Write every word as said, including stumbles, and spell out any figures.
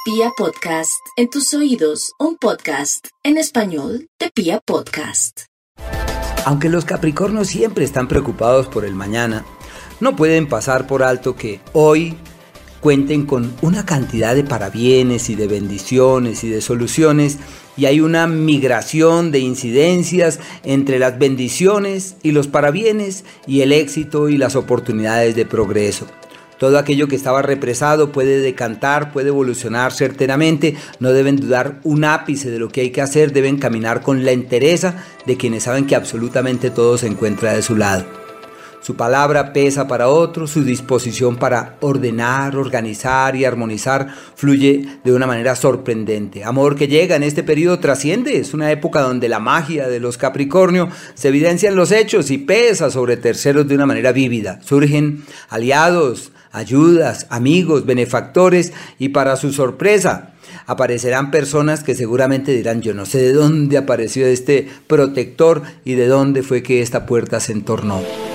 Pia Podcast, en tus oídos, un podcast en español de Pia Podcast. Aunque los Capricornios siempre están preocupados por el mañana, no pueden pasar por alto que hoy cuenten con una cantidad de parabienes y de bendiciones y de soluciones, y hay una migración de incidencias entre las bendiciones y los parabienes y el éxito y las oportunidades de progreso. Todo aquello que estaba represado puede decantar, puede evolucionar certeramente. No deben dudar un ápice de lo que hay que hacer, deben caminar con la entereza de quienes saben que absolutamente todo se encuentra de su lado. Su palabra pesa para otros, su disposición para ordenar, organizar y armonizar fluye de una manera sorprendente. Amor que llega en este periodo trasciende, es una época donde la magia de los Capricornio se evidencia en los hechos y pesa sobre terceros de una manera vívida. Surgen aliados, ayudas, amigos, benefactores y para su sorpresa aparecerán personas que seguramente dirán: yo no sé de dónde apareció este protector y de dónde fue que esta puerta se entornó.